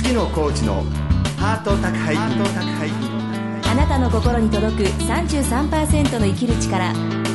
月野コーチのハート宅配便。 あなたの心に届く 33% の生きる力。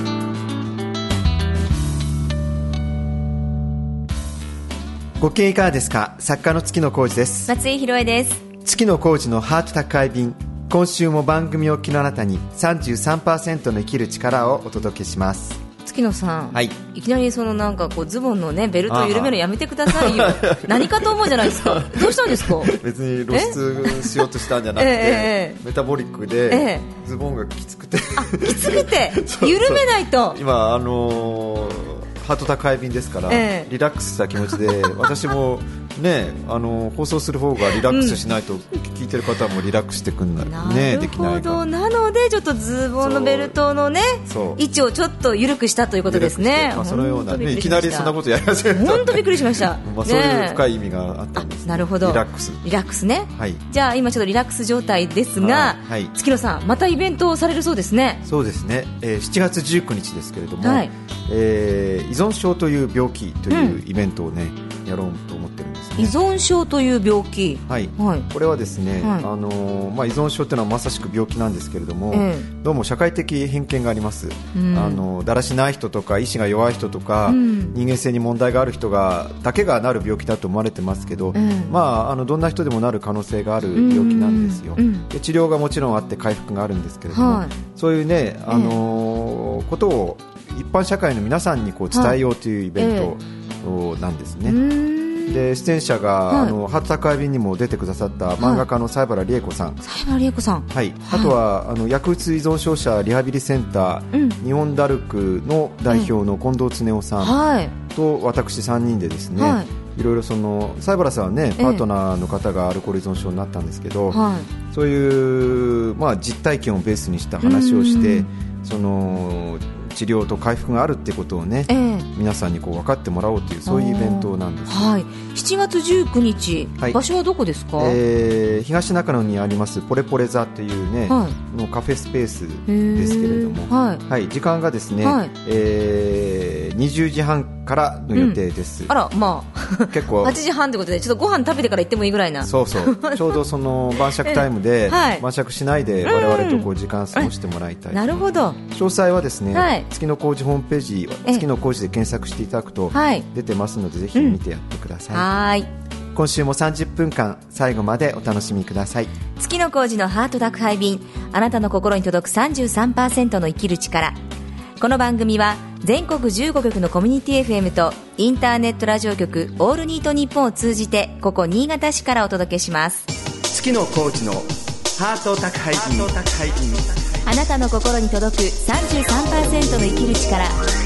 ご機嫌いかがですか。作家の月野コーチです。 松井宏恵です。 月野コーチのハート宅配便、今週も番組をお聞きのあなたに 33% の生きる力をお届けします。 月野さん、 はい、 いきなりそのなんかこうズボンのねベルトを緩めるのやめてくださいよ何かと思うじゃないですか。どうしたんですか。 別に露出しようとしたんじゃなくて、メタボリックで、ズボンがきつくてきつくて緩めないと。 今ハート宅配便ですから、リラックスした気持ちで私もね、放送する方がリラックスしないと、聞いてる方もリラックスしてくんなね、できないから。 なのでちょっとズボンのベルトのね位置をちょっと緩くしたということですね。 そのような、ね、いきなりそんなことやり始めた。 本当びっくりしました、 そういう深い意味があったんです、ね。 なるほど、 リラックスね、 はい、じゃあ今ちょっとリラックス状態ですが、はい、月野さんまたイベントをされるそうですね。 そうですね、7月19日ですけれども、はい、依存症という病気というイベントをね、やろうと思ってるんですね。 依存症という病気、 はいはい、これはですね、はい、依存症というのはまさしく病気なんですけれども、どうも社会的偏見があります、だらしない人とか意志が弱い人とか、人間性に問題がある人だけがなる病気だと思われてますけど、どんな人でもなる可能性がある病気なんですよ。で治療がもちろんあって回復があるんですけれども、はい、そういうね、ことを一般社会の皆さんにこう伝えようというイベントなんですね。で出演者が、はい、ハート宅配便にも出てくださった漫画家の西原理恵子さん、はい、あとは薬物依存症者リハビリセンター、日本ダルクの代表の近藤恒夫さんと私3人でですね、いろいろ西原さんはね、パートナーの方がアルコール依存症になったんですけど、そういう、実体験をベースにした話をして、治療と回復があるってことをね、皆さんにこう分かってもらおうという、そういうイベントなんです、 はい、7月19日、はい、場所はどこですか。 東中野にありますポレポレ座というね、のカフェスペースですけれども、時間がですね、20時半からの予定です、 あら、結構8時半ということで、ちょっとご飯食べてから行ってもいいぐらいな。 そうちょうどその晩酌タイムで、晩酌しないで我々とこう時間過ごしてもらいたい。 なるほど。 詳細はですね、月野工事ホームページ、月野工事で検索していただくと出てますので、ぜひ見てやってください。はい、今週も30分間最後までお楽しみください。 月野工事のハート宅配便、あなたの心に届く 33% の生きる力。この番組は全国15局のコミュニティ FM とインターネットラジオ局オールニートニッポンを通じて、ここ新潟市からお届けします。 月野工事のハート宅配便、 あなたの心に届く 33% の生きる力。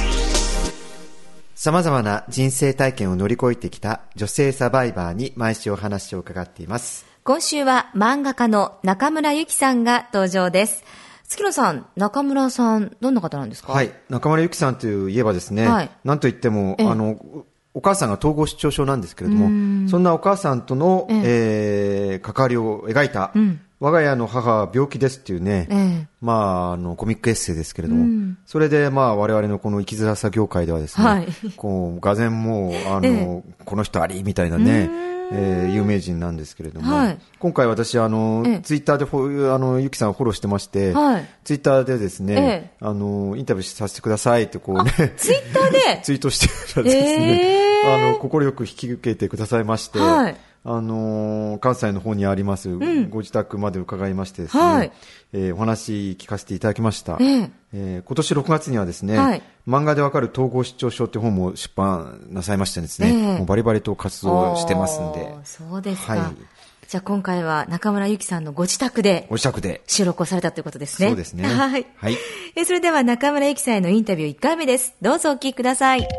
さまざまな人生体験を乗り越えてきた女性サバイバーに毎週お話を伺っています。 今週は漫画家の中村ゆきさんが登場です。月野さん、中村さん、どんな方なんですか。 はい、中村ゆきさんといえばですね、なんといってもお母さんが統合失調症なんですけれども、そんなお母さんとの、関わりを描いた、我が家の母は病気ですっていうね、コミックエッセイですけれども、それで我々のこの生きづらさ業界ではですね、こうがぜんもうこの人ありみたいなね、有名人なんですけれども、今回私ツイッターでゆきさんをフォローしてまして、ツイッターでですね、インタビューさせてくださいってこうね、 ツイッターでツイートしてたらですね、快く引き受けてくださいまして、関西の方にあります、ご自宅まで伺いましてですね、お話聞かせていただきました。今年6月にはですね、漫画でわかる統合失調症という本も出版なさいましてですね、もうバリバリと活動してますんで。 そうですか。じゃあ今回は中村ゆきさんのご自宅で収録をされたということですね。 そうですね。 はい。それでは中村ゆきさんへのインタビュー1回目です。どうぞお聞きください。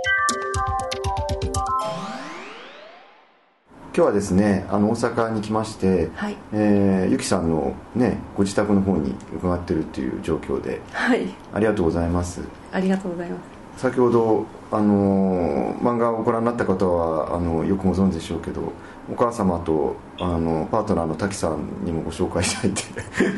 今日はですね、大阪に来まして、ゆきさんのね、ご自宅の方に伺っているという状況で、ありがとうございます。 ありがとうございます。 先ほど漫画をご覧になった方はよくご存知でしょうけど、お母様とパートナーの滝さんにもご紹介したいって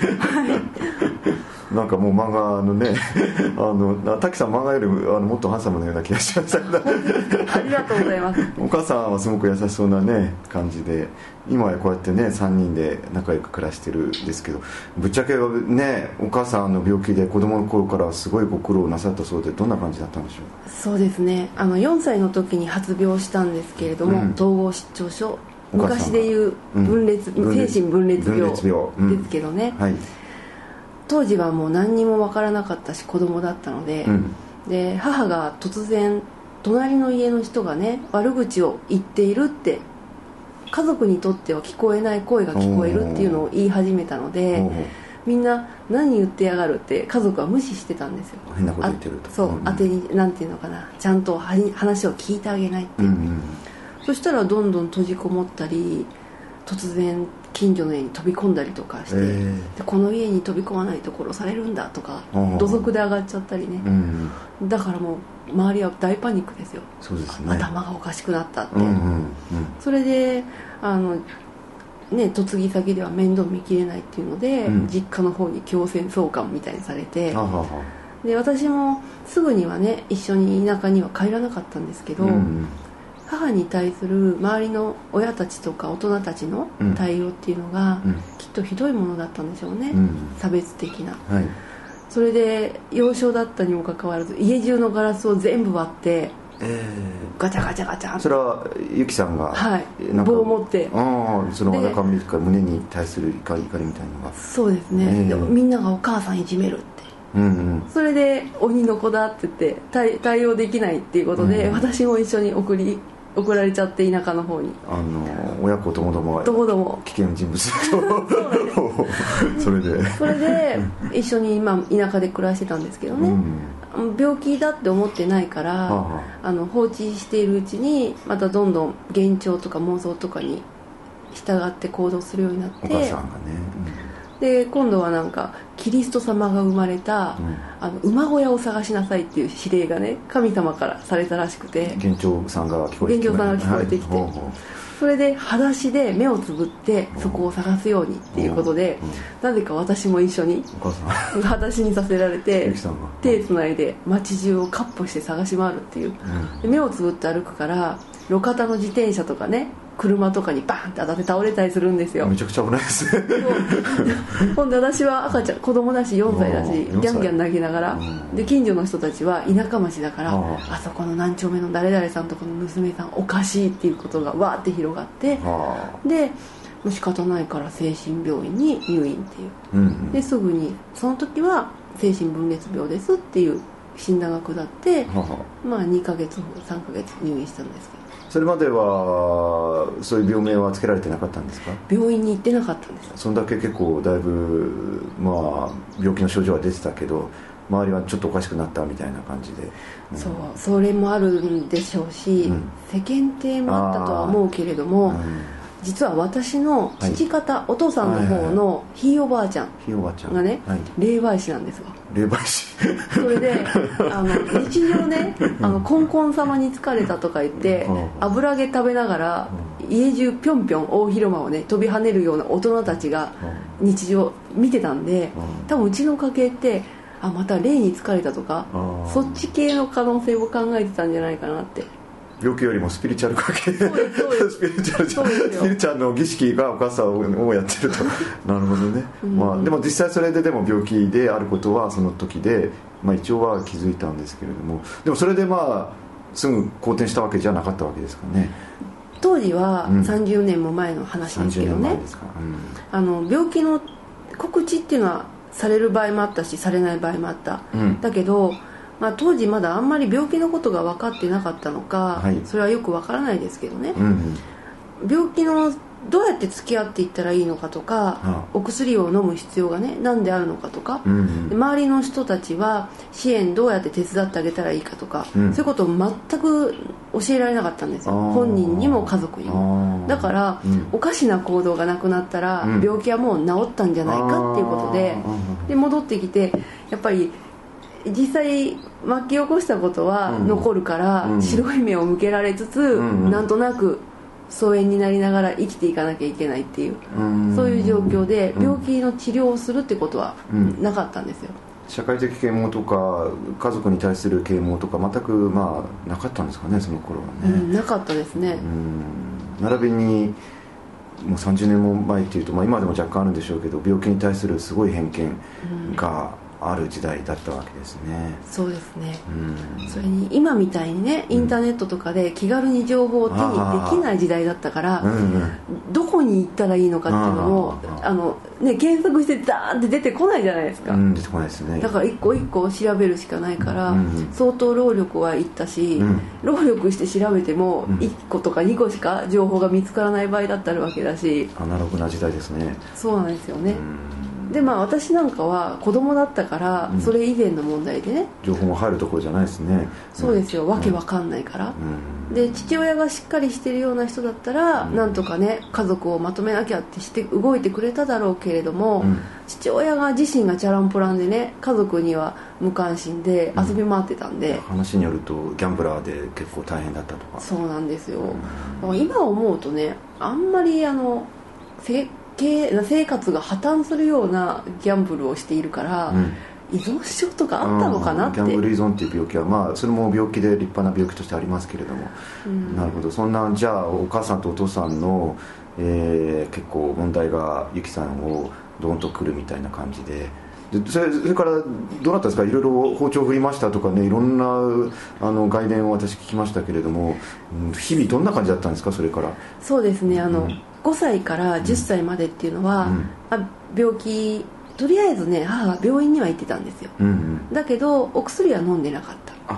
なんかもう漫画のね滝さん漫画よりもっとハンサムのような気がしましたありがとうございますお母さんはすごく優しそうなね感じで、今はこうやってね3人で仲良く暮らしてるんですけど、ぶっちゃけねお母さんの病気で子供の頃からすごいご苦労なさったそうで、どんな感じだったんでしょう。 そうですね、4歳の時に発病したんですけれども、統合失調症、昔でいう精神分裂病ですけどね、はい、当時はもう何にも分からなかったし子供だったので、で母が突然隣の家の人がね悪口を言っているって、家族にとっては聞こえない声が聞こえるっていうのを言い始めたので、みんな何言ってやがるって家族は無視してたんですよ。 変なこと言ってると。 そう、当てになんていうのかな、ちゃんと話を聞いてあげないっていう、そしたらどんどん閉じこもったり、突然近所の家に飛び込んだりとかして、でこの家に飛び込まないと殺されるんだとか土足で上がっちゃったりね、だからもう周りは大パニックですよ。 そうですね、 頭がおかしくなったって、それで嫁ぎ先では面倒見きれないっていうので、実家の方に強制送還みたいにされて、で私もすぐにはね一緒に田舎には帰らなかったんですけど、母に対する周りの親たちとか大人たちの対応っていうのが、きっとひどいものだったんでしょうね、差別的な、それで幼少だったにもかかわらず家中のガラスを全部割って、ガチャガチャガチャ。 それはゆきさんが、 棒を持って、 その中身から胸に対する怒りみたいなのが。 そうですね、でみんながお母さんいじめるって、それで鬼の子だって言って対応できないっていうことで、私も一緒に送られちゃって、田舎の方に親子ともども危険人物それで一緒に今田舎で暮らしてたんですけどね、病気だって思ってないから、放置しているうちにまたどんどん幻聴とか妄想とかに従って行動するようになって、 お母さんがね、 で今度はなんかキリスト様が生まれた、馬小屋を探しなさいっていう指令がね神様からされたらしくて、 幻聴さんが聞こえてきて、 それで裸足で目をつぶってそこを探すようにっていうことで、なぜか私も一緒に裸足にさせられて、手つないで街中をカッ歩して探し回るっていう、で目をつぶって歩くから路肩の自転車とかね車とかにバーンって当たって倒れたりするんですよ。 めちゃくちゃ危ないですねほんで私は赤ちゃん子供だし4歳だしギャンギャン泣きながら、で近所の人たちは田舎町だから、あそこの何丁目の誰々さんとこの娘さんおかしいっていうことがわーって広がって、でもう仕方ないから精神病院に入院っていう、ですぐにその時は精神分裂病ですっていう診断が下って、2ヶ月3ヶ月入院したんですけど、 それまではそういう病名はつけられてなかったんですか。 病院に行ってなかったんです。 そんだけ結構だいぶ、病気の症状は出てたけど周りはちょっとおかしくなったみたいな感じで、 そうそれもあるんでしょうし、世間体もあったとは思うけれども、実は私の父方、お父さんの方のひいおばあちゃんがね、霊媒師なんですよ。 霊媒師それで日常ねコンコン様に疲れたとか言って油揚げ食べながら家中ぴょんぴょん大広間をね飛び跳ねるような大人たちが日常見てたんで、多分うちの家系ってまた霊に疲れたとかそっち系の可能性を考えてたんじゃないかなって。 病気よりもスピリチュアル関係スピリチュアルの儀式がお母さんをやってるとなるほどね、でも実際それででも病気であることはその時で、一応は気づいたんですけれども、でもそれですぐ好転したわけじゃなかったわけですかね。 当時は30年も前の話ですけどね、病気の告知っていうのはされる場合もあったしされない場合もあった、だけど当時まだあんまり病気のことが分かってなかったのか、それはよく分からないですけどね、病気のどうやって付き合っていったらいいのかとか、お薬を飲む必要がねなんであるのかとか、周りの人たちは支援どうやって手伝ってあげたらいいかとか、そういうことを全く教えられなかったんですよ、本人にも家族にも。だから、おかしな行動がなくなったら、病気はもう治ったんじゃないかっていうことで、戻ってきてやっぱり実際巻き起こしたことは残るから、白い目を向けられつつ、なんとなく疎遠になりながら生きていかなきゃいけないっていう、そういう状況で病気の治療をするってことはなかったんですよ。 社会的啓蒙とか家族に対する啓蒙とか全くなかったんですかね、その頃はね。 なかったですね。 並びにもう30年も前っていうと、今でも若干あるんでしょうけど、病気に対するすごい偏見がある時代だったわけですね。 そうですね。それに今みたいにね、インターネットとかで気軽に情報を手にできない時代だったから、どこに行ったらいいのかっていうのも検索してダーンって出てこないじゃないですか。 出てこないですね。 だから一個一個調べるしかないから、相当労力はいったし、労力して調べても1個とか2個しか情報が見つからない場合だったるわけだし、 アナログな時代ですね。 そうなんですよね。で私なんかは子供だったから、それ以前の問題でね、 情報も入るところじゃないですね。 そうですよ、わけわかんないから、で父親がしっかりしてるような人だったら、なんとかね家族をまとめなきゃってして動いてくれただろうけれども、父親が自身がチャランポランでね、家族には無関心で遊び回ってたんで、 話によるとギャンブラーで結構大変だったとか。そうなんですよ。今思うとね、あんまり生活が破綻するようなギャンブルをしているから、依存症とかあったのかなって。 ギャンブル依存っていう病気は、それも病気で立派な病気としてありますけれども、なるほど。そんなじゃあお母さんとお父さんの、結構問題がゆきさんをドーンとくるみたいな感じで、それからどうなったんですか。いろいろ包丁振りましたとかね、いろんな概念を私聞きましたけれども、日々どんな感じだったんですか。それからそうですね、5歳から10歳までっていうのは、病気、とりあえずね母は病院には行ってたんですよ、だけどお薬は飲んでなかった。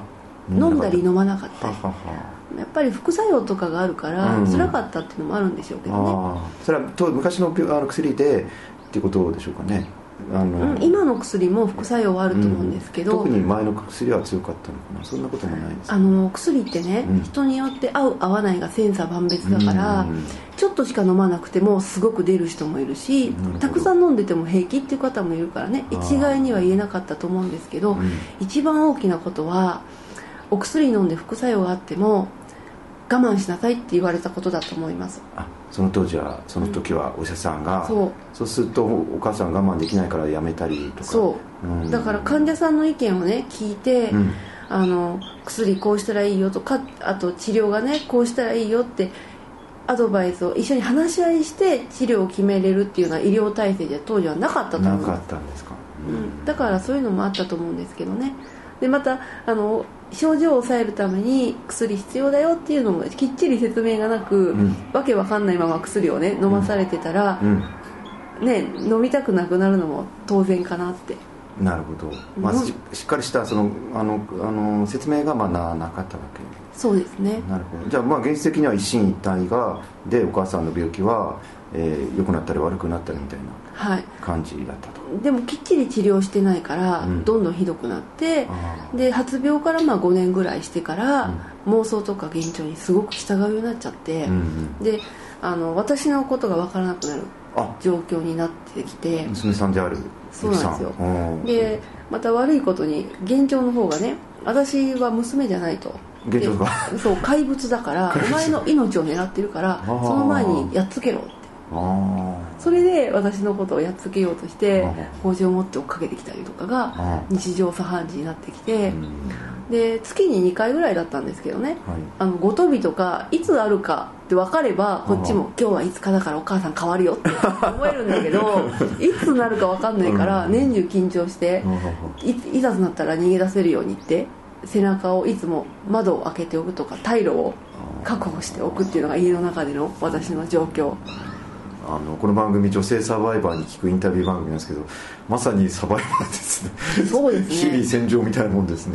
飲んだり飲まなかったり、やっぱり副作用とかがあるから辛かったっていうのもあるんでしょうけどね。 それは昔の薬でっていうことでしょうかね。 今の薬も副作用はあると思うんですけど、 特に前の薬は強かったのかな。そんなこともないですか。 薬ってね、人によって合う合わないが千差万別だから、ちょっとしか飲まなくてもすごく出る人もいるし、たくさん飲んでても平気っていう方もいるからね、一概には言えなかったと思うんですけど、一番大きなことはお薬飲んで副作用があっても我慢しなさいって言われたことだと思います。 その時はお医者さんが、そうするとお母さん我慢できないからやめたりとか。だから患者さんの意見をね聞いて、薬こうしたらいいよとか、あと治療がねこうしたらいいよってアドバイスを一緒に話し合いして治療を決めれるっていうような医療体制で当時はなかったと思うんです。 なかったんですか。 だからそういうのもあったと思うんですけどね。でまた症状を抑えるために薬必要だよっていうのもきっちり説明がなく、わけわかんないまま薬をね飲まされてたら、飲みたくなくなるのも当然かなって。 なるほど。しっかりした説明がなかったわけ。 そうですね。 なるほど。じゃあ現実的には一進一退でお母さんの病気は良くなったり悪くなったりみたいな感じだったと。 でもきっちり治療してないからどんどんひどくなって、で発病から5年ぐらいしてから、妄想とか幻聴にすごく従うようになっちゃって、で私のことが分からなくなる状況になってきて。 娘さんである。 そうなんですよ。でまた悪いことに幻聴の方がね、私は娘じゃないと。 幻聴がそう怪物だからお前の命を狙ってるからその前にやっつけろって。それで私のことをやっつけようとして包丁を持って追っかけてきたりとかが日常茶飯事になってきて、で月に2回ぐらいだったんですけどね、ごとびとかいつあるかって分かればこっちも今日はいつかだからお母さん変わるよって思えるんだけどいつなるか分かんないから年中緊張していざとなったら逃げ出せるようにって背中をいつも窓を開けておくとか退路を確保しておくっていうのが家の中での私の状況。 この番組女性サバイバーに聞くインタビュー番組なんですけど、まさにサバイバーですね。 そうですね。 日々戦場みたいなもんですね。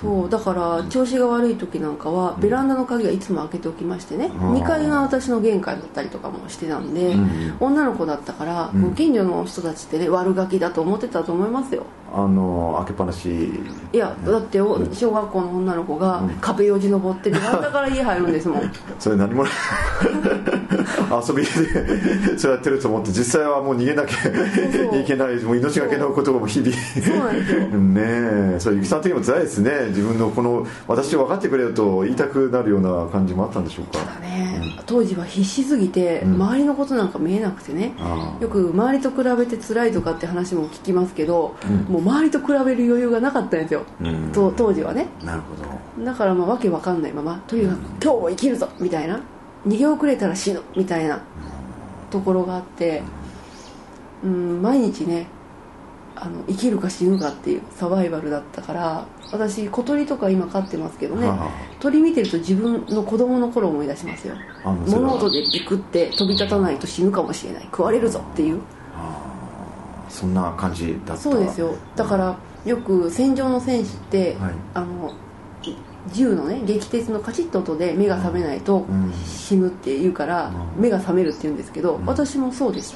そうだから調子が悪い時なんかはベランダの鍵はいつも開けておきましてね、2階が私の玄関だったりとかもしてたんで、女の子だったから、ご近所の人たちってね悪ガキだと思ってたと思いますよ。 開けっぱなし。 いやだって小学校の女の子が壁よじ登ってベランダから家入るんですもんそれ何も遊びでそうやってると思って、実際はもう逃げなきゃいけない、もう命がけの言葉も日々 そうなんですよねえ、それゆきさん的にも辛いですね。自分のこの私を分かってくれよと言いたくなるような感じもあったんでしょうか。 そうだね、当時は必死すぎて周りのことなんか見えなくてね、よく周りと比べて辛いとかって話も聞きますけど、もう周りと比べる余裕がなかったんですよ、当時はね。 なるほど。 だからわけわかんないまま、とにかく今日を生きるぞみたいな、逃げ遅れたら死ぬみたいなところがあって、毎日ね生きるか死ぬかっていうサバイバルだったから、私小鳥とか今飼ってますけどね、鳥見てると自分の子供の頃を思い出しますよ。物音でビクって飛び立たないと死ぬかもしれない、食われるぞっていう、 そんな感じだった。 そうですよ。だからよく戦場の戦士って、銃のね撃鉄のカチッと音で目が覚めないと死ぬって言うから、目が覚めるって言うんですけど、私もそうでした。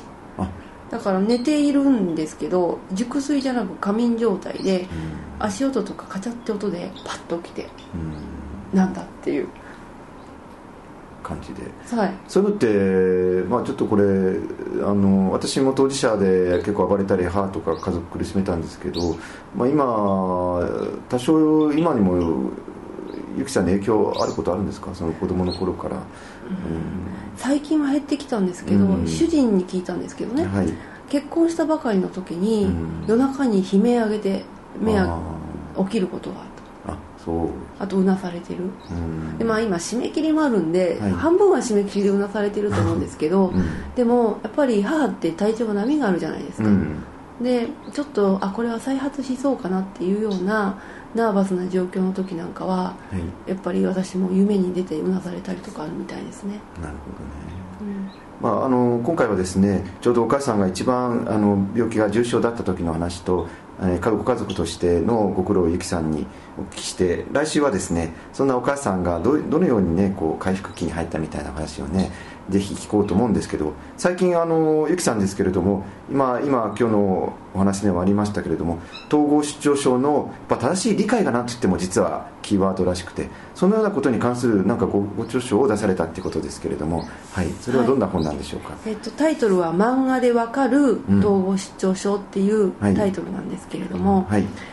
だから寝ているんですけど熟睡じゃなく仮眠状態で、足音とかカチャって音でパッと起きて、なんだっていう感じで、 はい、 そういうのって、ちょっとこれ私も当事者で結構暴れたり母とか家族苦しめたんですけど、今多少今にもゆきさんに影響あることあるんですか、その子供の頃から。 最近は減ってきたんですけど、主人に聞いたんですけどね、結婚したばかりの時に、夜中に悲鳴上げて目が起きることがあった。あとうなされてる、で今締め切りもあるんで、半分は締め切りでうなされてると思うんですけど、でもやっぱり母って体調が波があるじゃないですか、でちょっとこれは再発しそうかなっていうようなナーバスな状況の時なんかは、やっぱり私も夢に出てうなされたりとかあるみたいですね。 なるほどね、今回はですね、ちょうどお母さんが一番病気が重症だった時の話と、ご家族としてのご苦労をゆきさんにお聞きして、来週はですね、そんなお母さんがどのようにねこう回復期に入ったみたいな話をねぜひ聞こうと思うんですけど、最近ゆきさんですけれども、今日のお話でもありましたけれども、統合失調症のやっぱ正しい理解がなんといっても実はキーワードらしくて、そのようなことに関するなんかご著書を出されたっていうことですけれども、それはどんな本なんでしょうか。 タイトルは漫画でわかる統合失調症っていうタイトルなんですけれども、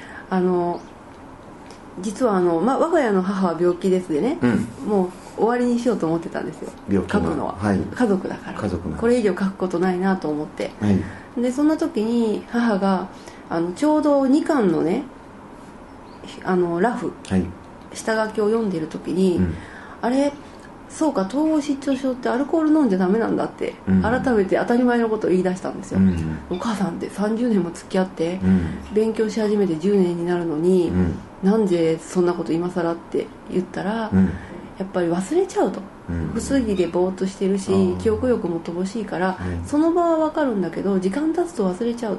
実は我が家の母は病気ですでね、もう終わりにしようと思ってたんですよ、書くのは、家族だからこれ以上書くことないなと思って、でそんな時に母がちょうど2巻のねラフ、下書きを読んでいる時に、あれそうか統合失調症ってアルコール飲んじゃダメなんだって、改めて当たり前のことを言い出したんですよ、お母さんって30年も付き合って、勉強し始めて10年になるのに、なんでそんなこと今更って言ったら、やっぱり忘れちゃうと、不思議でぼーっとしてるし、記憶力も乏しいから、その場は分かるんだけど時間経つと忘れちゃうって、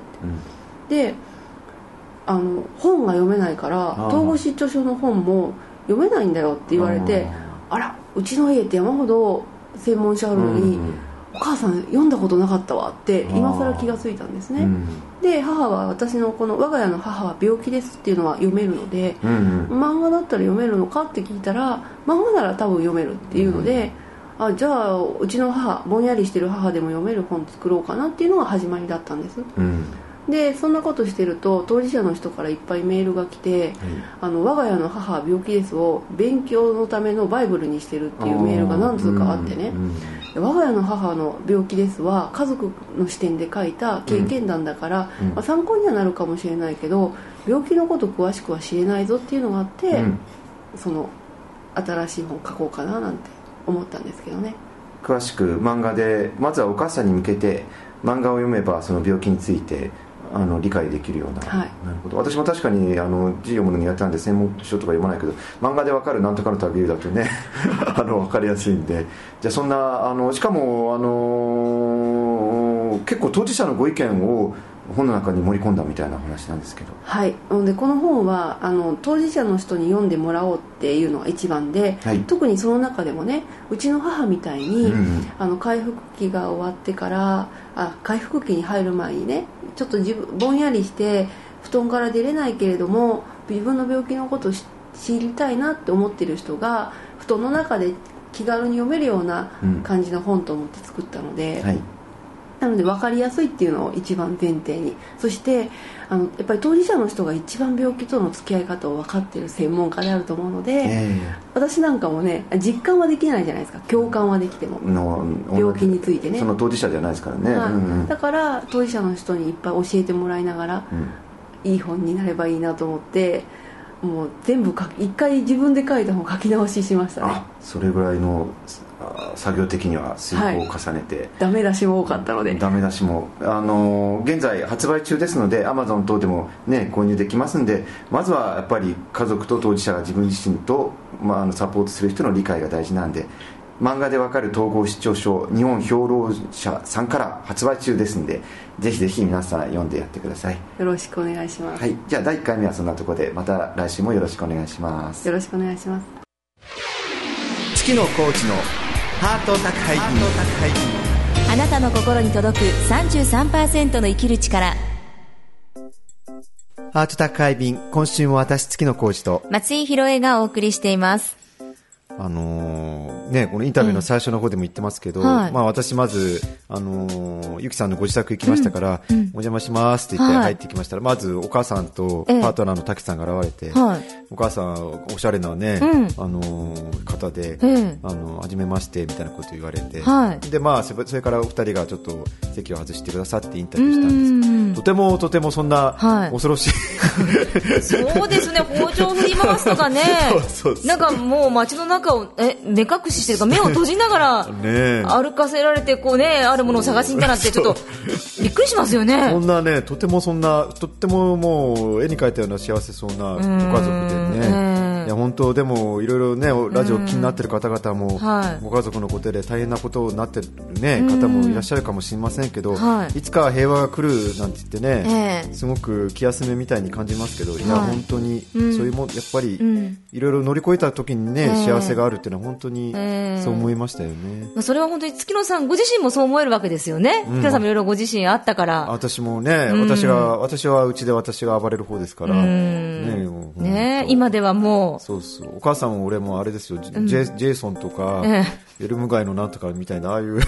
で本が読めないから統合失調症の本も読めないんだよって言われて、あらうちの家って山ほど専門書あるのに、お母さん読んだことなかったわって今更気がついたんですね、で母は私のこの我が家の母は病気ですっていうのは読めるので、漫画だったら読めるのかって聞いたら、漫画なら多分読めるっていうので、じゃあうちの母ぼんやりしてる母でも読める本作ろうかなっていうのが始まりだったんです、でそんなことしてると当事者の人からいっぱいメールが来て、我が家の母は病気ですを勉強のためのバイブルにしてるっていうメールが何通かあってね、我が家の母の病気ですは家族の視点で書いた経験談だから、参考にはなるかもしれないけど病気のこと詳しくは知れないぞっていうのがあって、その新しい本書こうかななんて思ったんですけどね。 詳しく漫画でまずはお母さんに向けて漫画を読めばその病気について理解できるような、なるほど。私も確かに字読むの苦手なんで専門書とか読まないけど、漫画で分かるなんとかの旅だとね分かりやすいんで、じゃあそんなしかも結構当事者のご意見を本の中に盛り込んだみたいな話なんですけど、 はい、でこの本は当事者の人に読んでもらおうっていうのが一番で、はい、特にその中でもね、うちの母みたいに、回復期が終わってから回復期に入る前にね、ちょっとぼんやりして布団から出れないけれども自分の病気のことを知りたいなって思ってる人が布団の中で気軽に読めるような感じの本と思って作ったので、はい、なので分かりやすいっていうのを一番前提に、そしてやっぱり当事者の人が一番病気との付き合い方を分かっている専門家であると思うので、私なんかもね、実感はできないじゃないですか、共感はできても病気についてね、 その当事者じゃないですからね、 はい、だから当事者の人にいっぱい教えてもらいながら、いい本になればいいなと思って、もう全部一回自分で書いた本書き直ししましたね。 それぐらいの作業的には遂行を重ねて、はい、 ダメ出しも多かったので、 ダメ出しも現在発売中ですので Amazon 等でも、ね、購入できますので、まずはやっぱり家族と当事者が自分自身と、サポートする人の理解が大事なんで、漫画でわかる統合失調症日本評論者さんから発売中ですので、ぜひぜひ皆さん読んでやってください。 よろしくお願いします。 はい、じゃあ第1回目はそんなところで、また来週もよろしくお願いします。 よろしくお願いします。 月野コーチのハート宅配便。 あなたの心に届く 33% の生きる力。 ハート宅配便、今週も私月野コーチと松井宏恵がお送りしています。 このインタビューの最初の方でも言ってますけど、私まず、ゆきさんのご自宅行きましたから、お邪魔しますって言って入ってきましたら、まずお母さんとパートナーの滝さんが現れて、お母さんおしゃれなね、方で、はじめましてみたいなこと言われて、でそれからお二人がちょっと席を外してくださってインタビューしたんですけど、とてもそんな恐ろしい、 そうですね、包丁を振り回すとかねなんかもう街の中を目隠ししてるか目を閉じながら歩かせられて、こうね、あるものを探しに行ったなんてちょっとびっくりしますよね。 そんなね、とってももう絵に描いたような幸せそうなご家族でね、いや本当でもいろいろね、ラジオ気になってる方々も、ご家族のことで大変なことになってる、ね、方もいらっしゃるかもしれませんけど、いつか平和が来るなんて言ってね、すごく気休めみたいに感じますけど、いや本当にそういうもん、やっぱりいろいろ乗り越えた時にね、幸せがあるっていうのは本当にそう思いましたよね。 それは本当に月野さんご自身もそう思えるわけですよね。月野さんもいろいろご自身あったから。 私もね、私はうちで私が暴れる方ですから、 今ではもうそうお母さんも俺もあれですよ、ジェイソンとか、エルム街のなんとかみたいな、ああいう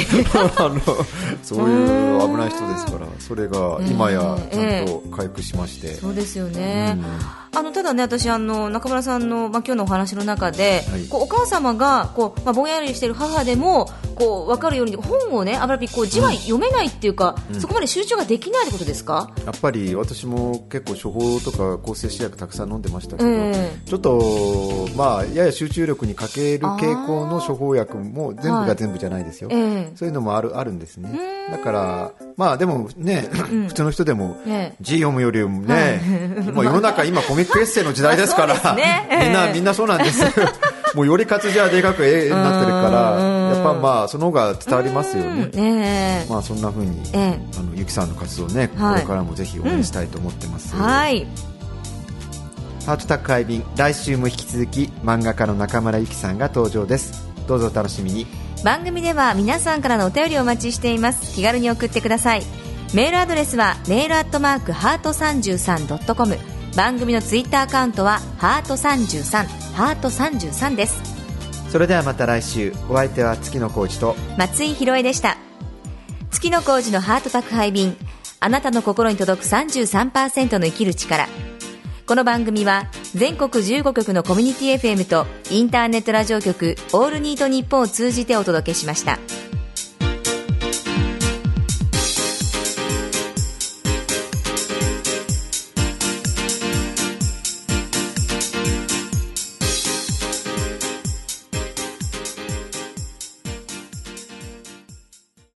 そういう危ない人ですから、それが今やちゃんと回復しまして、 そうですよね。ただね、私中村さんの、今日のお話の中で、お母様がぼんやりしている母でも分かるように本をね、あまり字は読めないっていうか、そこまで集中ができないってことですか？ やっぱり私も結構処方とか抗生試薬たくさん飲んでましたけど、ちょっとやや集中力に欠ける傾向の処方薬も全部が全部じゃないですよ、そういうのもあるんですね。だからでもね、普通の人でも字読むよりもね、世の中今コミックエッセイの時代ですからみんなそうなんですもうより活字はでかく絵になってるから、やっぱその方が伝わりますよね。そんな風にゆきさんの活動ね、これからもぜひ応援したいと思ってます。ハート宅配便、来週も引き続き漫画家の中村ゆきさんが登場です。どうぞお楽しみに。 番組では皆さんからのお便りをお待ちしています。気軽に送ってください。メールアドレスはmail@heart33.com、番組のツイッターアカウントはハート33です。 それではまた来週。お相手は月野浩二と松井宏恵でした。月野浩二のハート宅配便、あなたの心に届く 33% の生きる力。この番組は全国15局のコミュニティ FM とインターネットラジオ局オールニートニッポンを通じてお届けしました。